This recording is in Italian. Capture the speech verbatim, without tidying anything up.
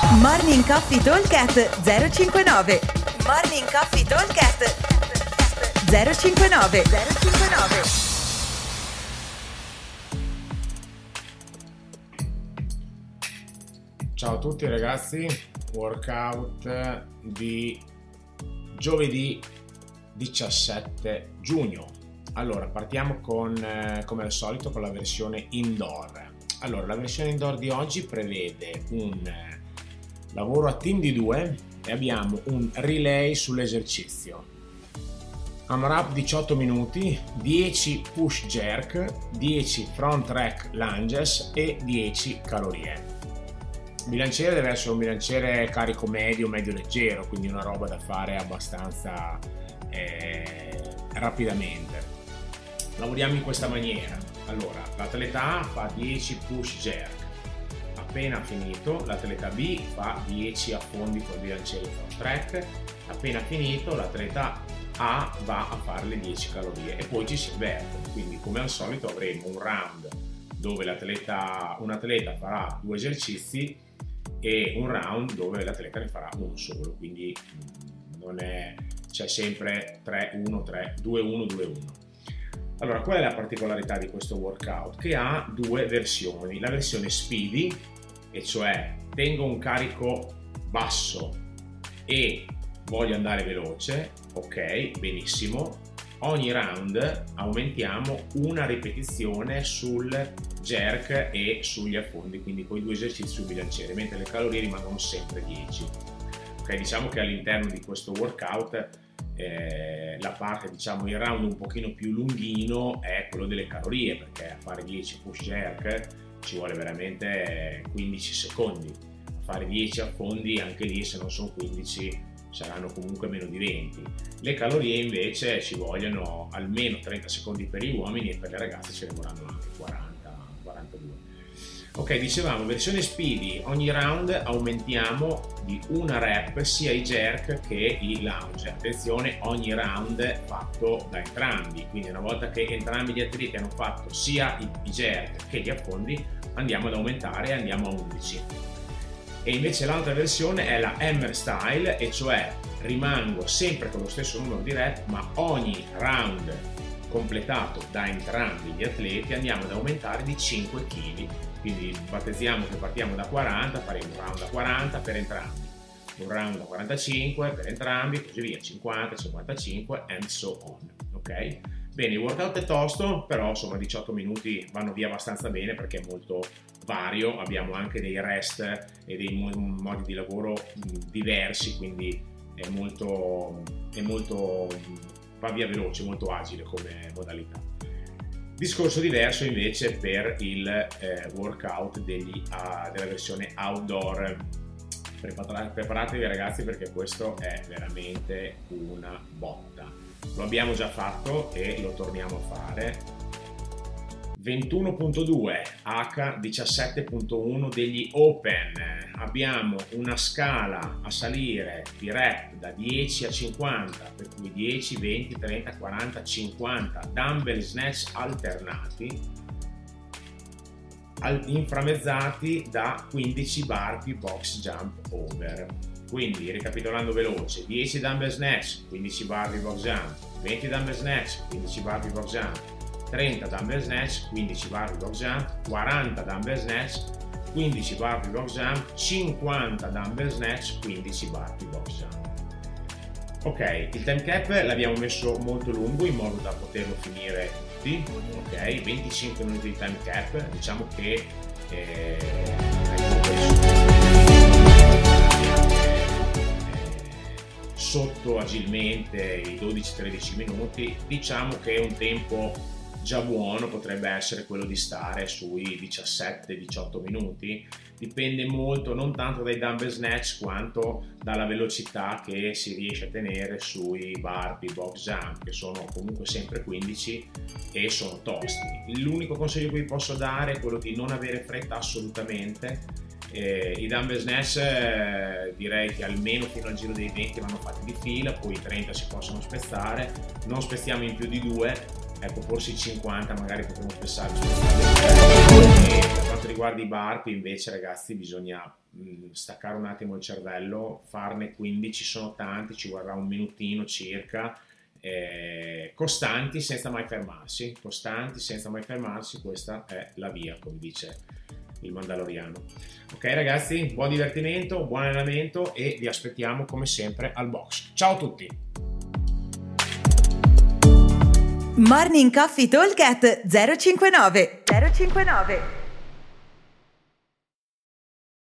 Morning Coffee Talkcast zero cinquantanove. Morning Coffee Talkcast zero cinquantanove. zero cinquantanove. Ciao a tutti ragazzi, workout di giovedì diciassette giugno. Allora partiamo con, eh, come al solito, con la versione indoor. Allora, la versione indoor di oggi prevede un eh, lavoro a team di due e abbiamo un relay sull'esercizio. AMRAP diciotto minuti, dieci push jerk, dieci front rack lunges e dieci calorie. Il bilanciere deve essere un bilanciere carico medio, medio leggero, quindi una roba da fare abbastanza eh, rapidamente. Lavoriamo in questa maniera. Allora, l'atleta A fa dieci push jerk. Appena finito, l'atleta B fa dieci affondi con bilanciere front rack. Appena finito, l'atleta A va a fare le dieci calorie e poi ci si inverte. Quindi, come al solito, avremo un round dove l'atleta, un atleta farà due esercizi e un round dove l'atleta ne farà uno solo. Quindi non è, c'è sempre tre uno tre, due uno due uno. Allora, qual è la particolarità di questo workout? Che ha due versioni. La versione speedy, e cioè tengo un carico basso e voglio andare veloce, ok, benissimo. Ogni round aumentiamo una ripetizione sul jerk e sugli affondi, quindi con i due esercizi sul bilanciere, mentre le calorie rimangono sempre dieci. Ok, diciamo che all'interno di questo workout eh, la parte, diciamo, il round un pochino più lunghino è quello delle calorie, perché a fare dieci push jerk ci vuole veramente quindici secondi, a fare dieci affondi anche lì, se non sono quindici saranno comunque meno di venti. Le calorie invece ci vogliono almeno trenta secondi per gli uomini e per le ragazze ce ne vorranno anche quaranta quarantadue. Ok, dicevamo versione speedy, ogni round aumentiamo di una rep sia i jerk che i lunge. Attenzione, ogni round fatto da entrambi, quindi una volta che entrambi gli atleti hanno fatto sia i, i jerk che gli affondi, andiamo ad aumentare e andiamo a undici. E invece l'altra versione è la hammer style, e cioè rimango sempre con lo stesso numero di rep, ma ogni round completato da entrambi gli atleti andiamo ad aumentare di cinque chili. Quindi battezziamo che partiamo da quaranta, faremo un round da quaranta per entrambi, un round da quarantacinque per entrambi, così via, cinquanta, cinquantacinque and so on. Ok? Bene, il workout è tosto, però insomma diciotto minuti vanno via abbastanza bene perché è molto vario, abbiamo anche dei rest e dei modi di lavoro diversi, quindi è molto, è molto va via veloce, molto agile come modalità. Discorso diverso invece per il eh, workout degli, uh, della versione outdoor. Preparatevi ragazzi, perché questo è veramente una botta. Lo abbiamo già fatto e lo torniamo a fare. ventuno punto due H diciassette punto uno degli open. Abbiamo una scala a salire di rep da dieci a cinquanta, per cui dieci, venti, trenta, quaranta, cinquanta dumbbell snatch alternati, inframezzati da quindici burpee box jump over. Quindi, ricapitolando veloce, dieci dumbbell snatch, quindici burpee box jump, venti dumbbell snatch, quindici burpee box jump, trenta dumbbell snatch, quindici burpee box jump, quaranta dumbbell snatch, quindici burpee box jump, cinquanta dumbbell snatch, quindici burpee box jump. Ok, il time cap l'abbiamo messo molto lungo in modo da poterlo finire tutti. Ok, venticinque minuti di time cap, diciamo che eh, sotto agilmente i dodici tredici minuti, diciamo che un tempo già buono potrebbe essere quello di stare sui diciassette diciotto minuti. Dipende molto, non tanto dai dumbbell snatch quanto dalla velocità che si riesce a tenere sui burpee box jump, che sono comunque sempre quindici e sono tosti. L'unico consiglio che vi posso dare è quello di non avere fretta assolutamente. Eh, i dumbbell snatch eh, direi che almeno fino al giro dei venti vanno fatti di fila, poi i trenta si possono spezzare, non spezziamo in più di due, ecco, forse i cinquanta magari potremmo spezzare. per quanto riguarda i burpee invece ragazzi bisogna mh, staccare un attimo il cervello, farne quindici, sono tanti, ci vorrà un minutino circa, eh, costanti senza mai fermarsi, costanti senza mai fermarsi, questa è la via, come dice il Mandaloriano. Ok ragazzi, buon divertimento, buon allenamento e vi aspettiamo come sempre al box. Ciao a tutti! Morning Coffee Talk at zero cinquantanove zero cinquantanove